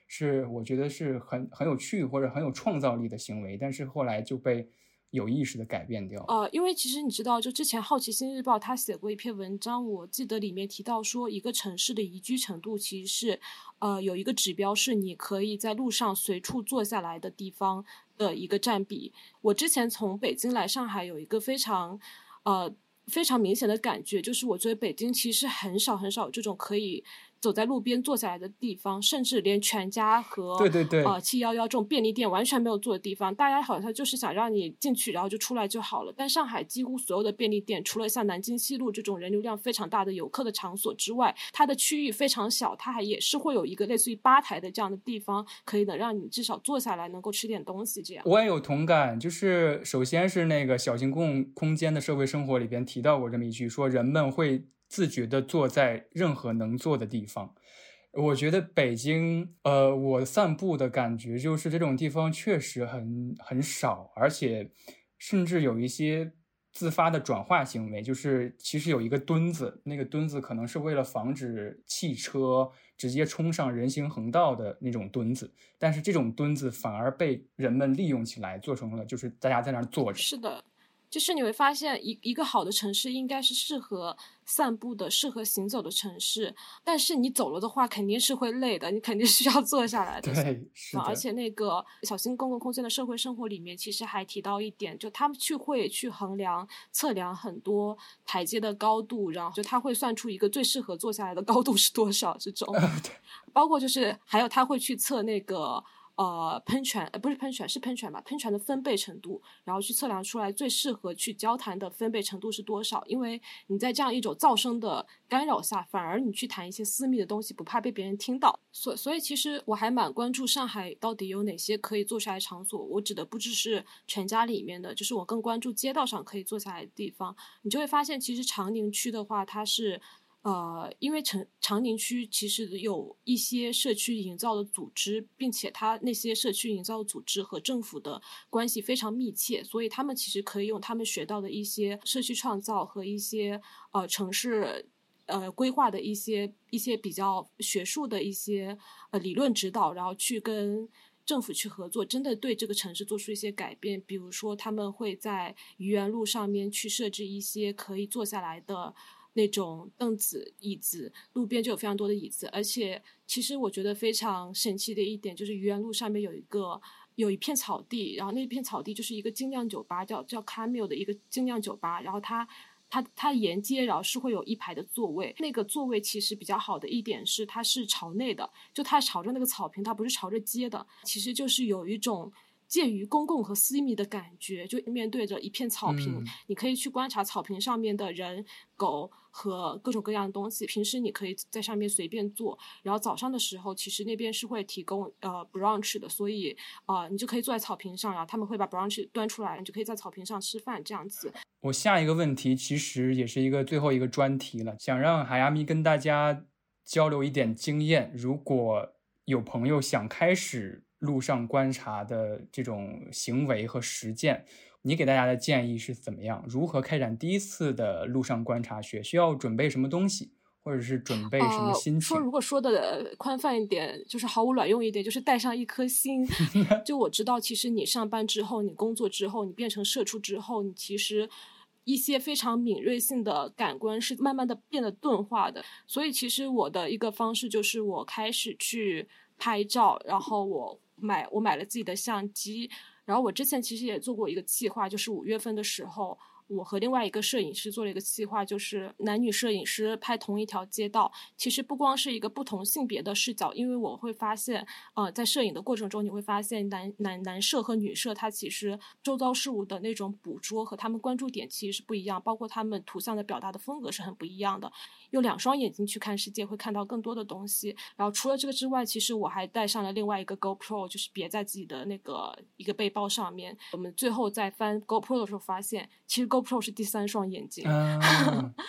是我觉得是很有趣或者很有创造力的行为，但是后来就被有意识的改变掉。 因为其实你知道，就之前好奇心日报他写过一篇文章，我记得里面提到说，一个城市的宜居程度其实是，有一个指标是你可以在路上随处坐下来的地方的一个占比。我之前从北京来上海有一个非常明显的感觉，就是我觉得北京其实很少有这种可以走在路边坐下来的地方，甚至连全家和对 711这种便利店完全没有坐的地方，大家好像就是想让你进去然后就出来就好了。但上海几乎所有的便利店，除了像南京西路这种人流量非常大的游客的场所之外，它的区域非常小，它也是会有一个类似于吧台的这样的地方，可以能让你至少坐下来能够吃点东西这样。 我也有同感，就是首先是那个小型公共空间的社会生活里边提到过这么一句，说人们会自觉地坐在任何能坐的地方。我觉得北京我散步的感觉就是这种地方确实很少，而且甚至有一些自发的转化行为，就是其实有一个墩子，那个墩子可能是为了防止汽车直接冲上人行横道的那种墩子，但是这种墩子反而被人们利用起来，做成了就是大家在那儿坐着。 是的，就是你会发现一个好的城市应该是适合散步的、适合行走的城市，但是你走了的话肯定是会累的，你肯定需要坐下来的。 对，是的。 而且那个小型公共空间的社会生活里面其实还提到一点，就他们会去测量很多台阶的高度，然后就他会算出一个最适合坐下来的高度是多少这种包括就是还有他会去测那个喷泉不是喷泉是喷泉吧，喷泉的分贝程度，然后去测量出来最适合去交谈的分贝程度是多少。因为你在这样一种噪声的干扰下，反而你去谈一些私密的东西不怕被别人听到。所以其实我还蛮关注上海到底有哪些可以坐下来的场所，我指的不只是全家里面的，就是我更关注街道上可以坐下来的地方。你就会发现其实长宁区的话，它是因为长宁区其实有一些社区营造的组织，并且它那些社区营造的组织和政府的关系非常密切，所以他们其实可以用他们学到的一些社区创造和一些城市规划的一些比较学术的一些理论指导，然后去跟政府去合作，真的对这个城市做出一些改变。比如说他们会在愚园路上面去设置一些可以坐下来的那种凳子椅子，路边就有非常多的椅子。而且其实我觉得非常神奇的一点就是愚园路上面有一片草地，然后那片草地就是一个精酿酒吧，叫 Camille 的一个精酿酒吧，然后它沿街然后是会有一排的座位，那个座位其实比较好的一点是它是朝内的，就它朝着那个草坪，它不是朝着街的，其实就是有一种介于公共和私密的感觉，就面对着一片草坪，你可以去观察草坪上面的人狗和各种各样的东西。平时你可以在上面随便坐，然后早上的时候其实那边是会提供brunch 的，所以你就可以坐在草坪上，然后他们会把 brunch 端出来，你就可以在草坪上吃饭这样子。 我下一个问题其实也是最后一个专题了，想让海亚咪跟大家交流一点经验，如果有朋友想开始路上观察的这种行为和实践，你给大家的建议是怎么样？如何开展第一次的路上观察学？需要准备什么东西，或者是准备什么心情？ 如果说的宽泛一点，就是毫无卵用一点，就是带上一颗心。就我知道其实你上班之后，你工作之后，你变成社畜之后，你其实一些非常敏锐性的感官是慢慢的变得钝化的。所以其实我的一个方式就是我开始去拍照，然后我买了自己的相机，然后我之前其实也做过一个计划，就是5月份的时候我和另外一个摄影师做了一个计划，就是男女摄影师拍同一条街道。其实不光是一个不同性别的视角，因为我会发现在摄影的过程中你会发现男摄和女摄他其实周遭事物的那种捕捉和他们关注点其实是不一样，包括他们图像的表达的风格是很不一样的。用2双眼睛去看世界会看到更多的东西。然后除了这个之外，其实我还带上了另外一个 GoPro， 就是别在自己的那个一个背包上面。我们最后在翻 GoPro 的时候发现其实 GoPro 是第3双眼睛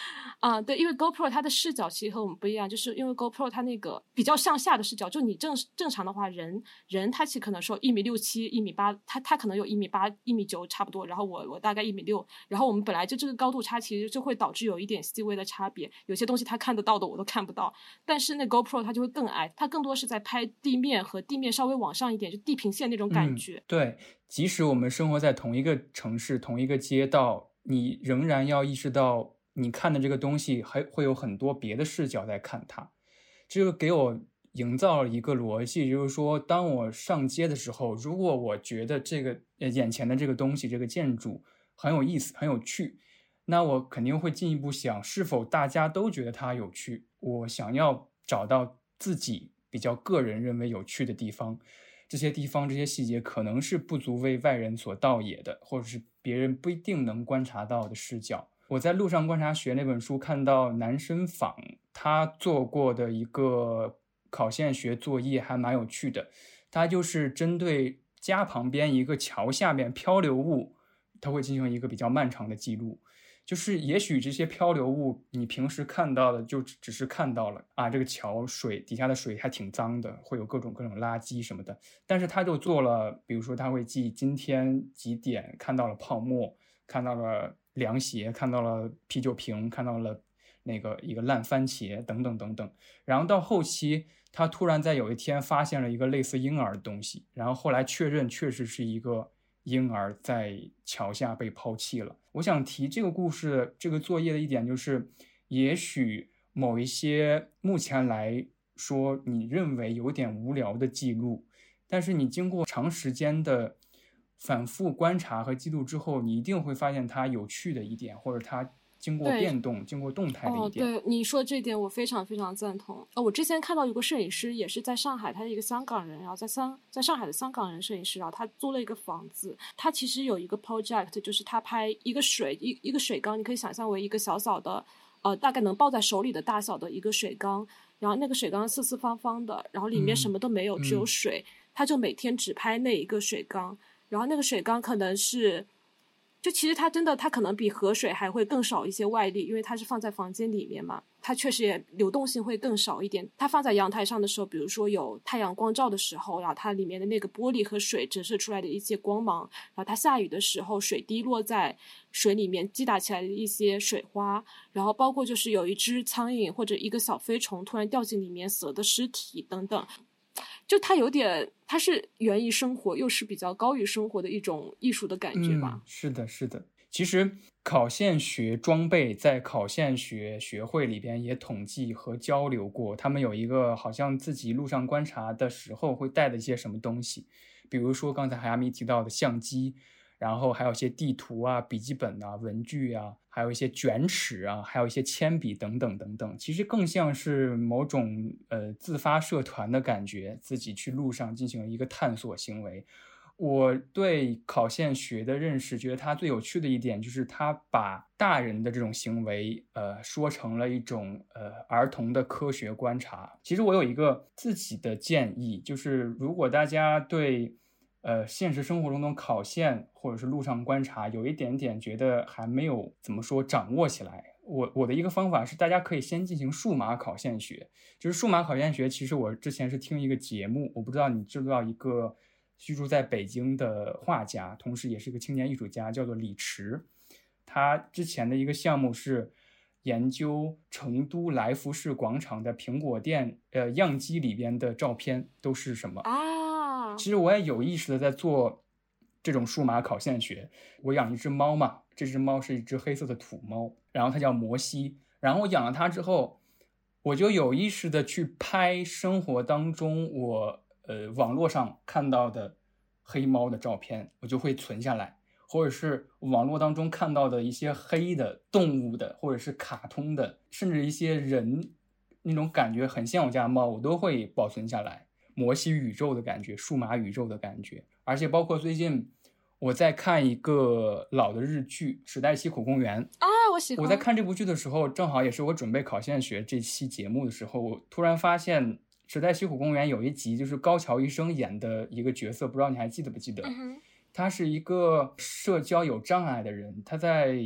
对，因为 GoPro 它的视角其实和我们不一样，就是因为 GoPro 它那个比较向下的视角，就你正常的话，人他其实可能说1.67米、1.8米，他可能有1.8米、1.9米差不多，然后我大概1.6米，然后我们本来就这个高度差，其实就会导致有一点细微的差别，有些东西他看得到的我都看不到，但是那 GoPro 它就会更矮，它更多是在拍地面和地面稍微往上一点，就地平线那种感觉。 对，即使我们生活在同一个城市、同一个街道，你仍然要意识到你看的这个东西还会有很多别的视角在看它。这个给我营造了一个逻辑，就是说当我上街的时候，如果我觉得这个眼前的这个东西，这个建筑很有意思、很有趣，那我肯定会进一步想是否大家都觉得它有趣，我想要找到自己比较个人认为有趣的地方，这些地方这些细节可能是不足为外人所道也的，或者是别人不一定能观察到的视角。我在路上观察学那本书看到南生坊他做过的一个考线学作业还蛮有趣的，他就是针对家旁边一个桥下面漂流物，他会进行一个比较漫长的记录。就是也许这些漂流物你平时看到的就只是看到了啊，这个桥水底下的水还挺脏的，会有各种垃圾什么的，但是他就做了，比如说他会记今天几点看到了泡沫，看到了凉鞋，看到了啤酒瓶，看到了那个一个烂番茄等等等等。然后到后期他突然在有一天发现了一个类似婴儿的东西，然后后来确认确实是一个婴儿在桥下被抛弃了。我想提这个故事这个作业的一点就是，也许某一些目前来说你认为有点无聊的记录，但是你经过长时间的反复观察和记录之后，你一定会发现它有趣的一点，或者它经过变动、经过动态的一点。 对，你说这点我非常非常赞同。我之前看到有个摄影师也是在上海，他是一个香港人，然后在上海的香港人摄影师，然后他租了一个房子，他其实有一个 project， 就是他拍一个一个水缸，你可以想象为一个小小的大概能抱在手里的大小的一个水缸，然后那个水缸四四方方的，然后里面什么都没有，只有水，他就每天只拍那一个水缸，然后那个水缸可能是就其实它可能比河水还会更少一些外力，因为它是放在房间里面嘛，它确实也流动性会更少一点。它放在阳台上的时候，比如说有太阳光照的时候，然后它里面的那个玻璃和水折射出来的一些光芒，然后它下雨的时候水滴落在水里面击打起来的一些水花，然后包括就是有一只苍蝇或者一个小飞虫突然掉进里面死了的尸体等等。就它是源于生活，又是比较高于生活的一种艺术的感觉吧。 是的，是的。其实考线学装备在考线学学会里边也统计和交流过，他们有一个好像自己路上观察的时候会带的一些什么东西，比如说刚才海亚米提到的相机，然后还有一些地图啊、笔记本啊、文具啊，还有一些卷尺啊，还有一些铅笔等等等等。其实更像是某种自发社团的感觉，自己去路上进行一个探索行为。我对考线学的认识，觉得它最有趣的一点就是它把大人的这种行为说成了一种儿童的科学观察。其实我有一个自己的建议，就是如果大家对现实生活中的考线或者是路上观察有一点点觉得还没有怎么说掌握起来，我的一个方法是大家可以先进行数码考线学。就是数码考线学，其实我之前是听一个节目，我不知道你知不知道一个居住在北京的画家，同时也是个青年艺术家，叫做李池。他之前的一个项目是研究成都来福士广场的苹果店样机里边的照片都是什么啊。其实我也有意识的在做这种数码考线学。我养一只猫嘛，这只猫是一只黑色的土猫，然后它叫摩西。然后我养了它之后，我就有意识的去拍生活当中我网络上看到的黑猫的照片，我就会存下来，或者是网络当中看到的一些黑的动物的，或者是卡通的，甚至一些人那种感觉很像我家的猫，我都会保存下来。摩西宇宙的感觉，数码宇宙的感觉。而且包括最近我在看一个老的日剧《时代西口公园》 啊，我喜欢。 我在看这部剧的时候，正好也是我准备考线学这期节目的时候，我突然发现时代西口公园有一集就是高桥医生演的一个角色，不知道你还记得不记得？他是一个社交有障碍的人，他在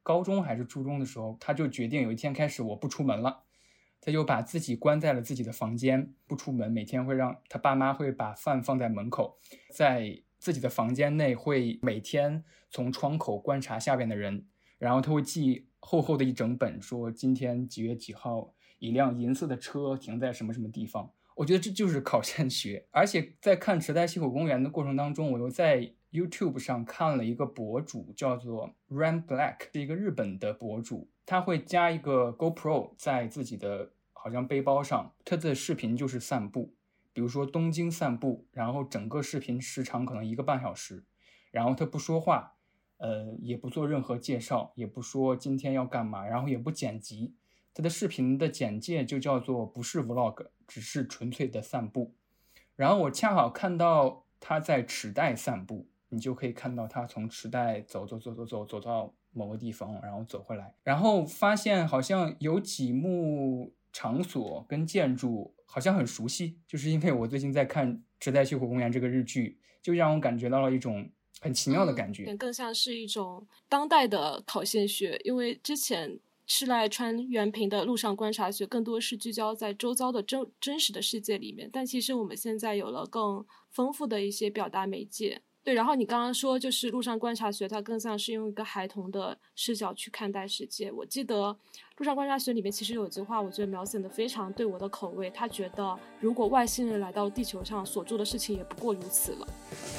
高中还是初中的时候，他就决定有一天开始我不出门了，他就把自己关在了自己的房间，不出门，每天会让他爸妈会把饭放在门口，在自己的房间内会每天从窗口观察下边的人，然后他会记厚厚的一整本，说今天几月几号一辆银色的车停在什么什么地方。我觉得这就是考现学。而且在看池袋西口公园的过程当中，我又在 YouTube 上看了一个博主叫做 Ram Black， 是一个日本的博主，他会加一个 GoPro 在自己的好像背包上，他的视频就是散步，比如说东京散步，然后整个视频时长可能1个半小时，然后他不说话，也不做任何介绍，也不说今天要干嘛，然后也不剪辑，他的视频的简介就叫做不是 vlog， 只是纯粹的散步。然后我恰好看到他在池袋散步，你就可以看到他从池袋走到某个地方，然后走回来，然后发现好像有几幕场所跟建筑好像很熟悉，就是因为我最近在看池袋西口公园这个日剧，就让我感觉到了一种很奇妙的感觉， 更像是一种当代的考现学。因为之前赤濑川原平的陆上观察学更多是聚焦在周遭的真实的世界里面，但其实我们现在有了更丰富的一些表达媒介。对，然后你刚刚说就是陆上观察学它更像是用一个孩童的视角去看待世界。我记得陆上观察学里面其实有一句话我觉得描写的非常对我的口味，他觉得如果外星人来到地球上所做的事情也不过如此了。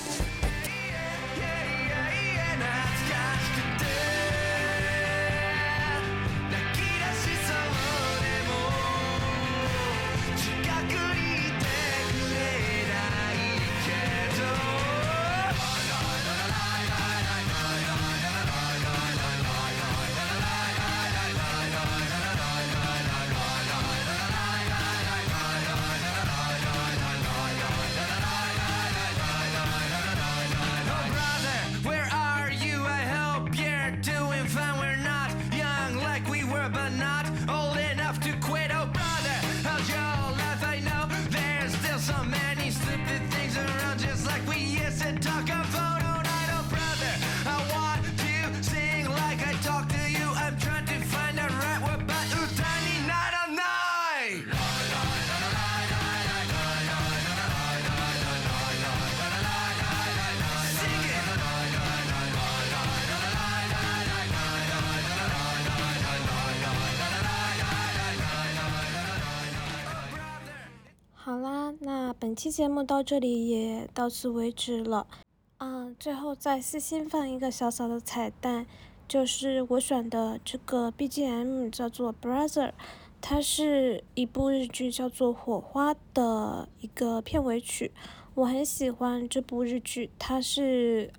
好啦，那本期节目到这里也到此为止了。最后再私心放一个小小的彩蛋，就是我选的这个 BGM 叫做 Brother， 它是一部日剧叫做《火花》的一个片尾曲。我很喜欢这部日剧，它是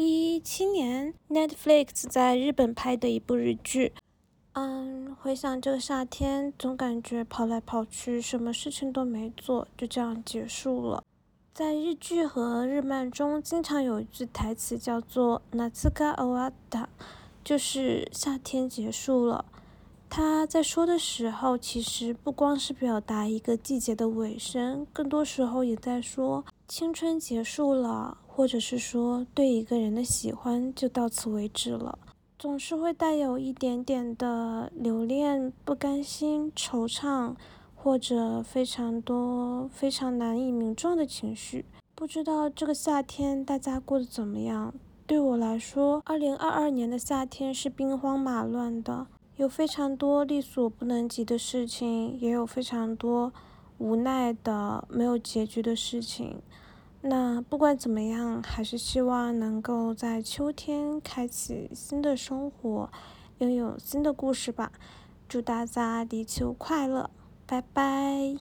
2017年 Netflix 在日本拍的一部日剧。回想这个夏天，总感觉跑来跑去，什么事情都没做，就这样结束了。在日剧和日漫中，经常有一句台词叫做“夏が終わった”，就是夏天结束了。他在说的时候，其实不光是表达一个季节的尾声，更多时候也在说青春结束了，或者是说对一个人的喜欢就到此为止了。总是会带有一点点的留恋、不甘心、惆怅，或者非常多、非常难以名状的情绪。不知道这个夏天大家过得怎么样？对我来说，2022年的夏天是兵荒马乱的，有非常多力所不能及的事情，也有非常多无奈的、没有结局的事情。那不管怎么样，还是希望能够在秋天开启新的生活，拥有新的故事吧。祝大家立秋快乐，拜拜。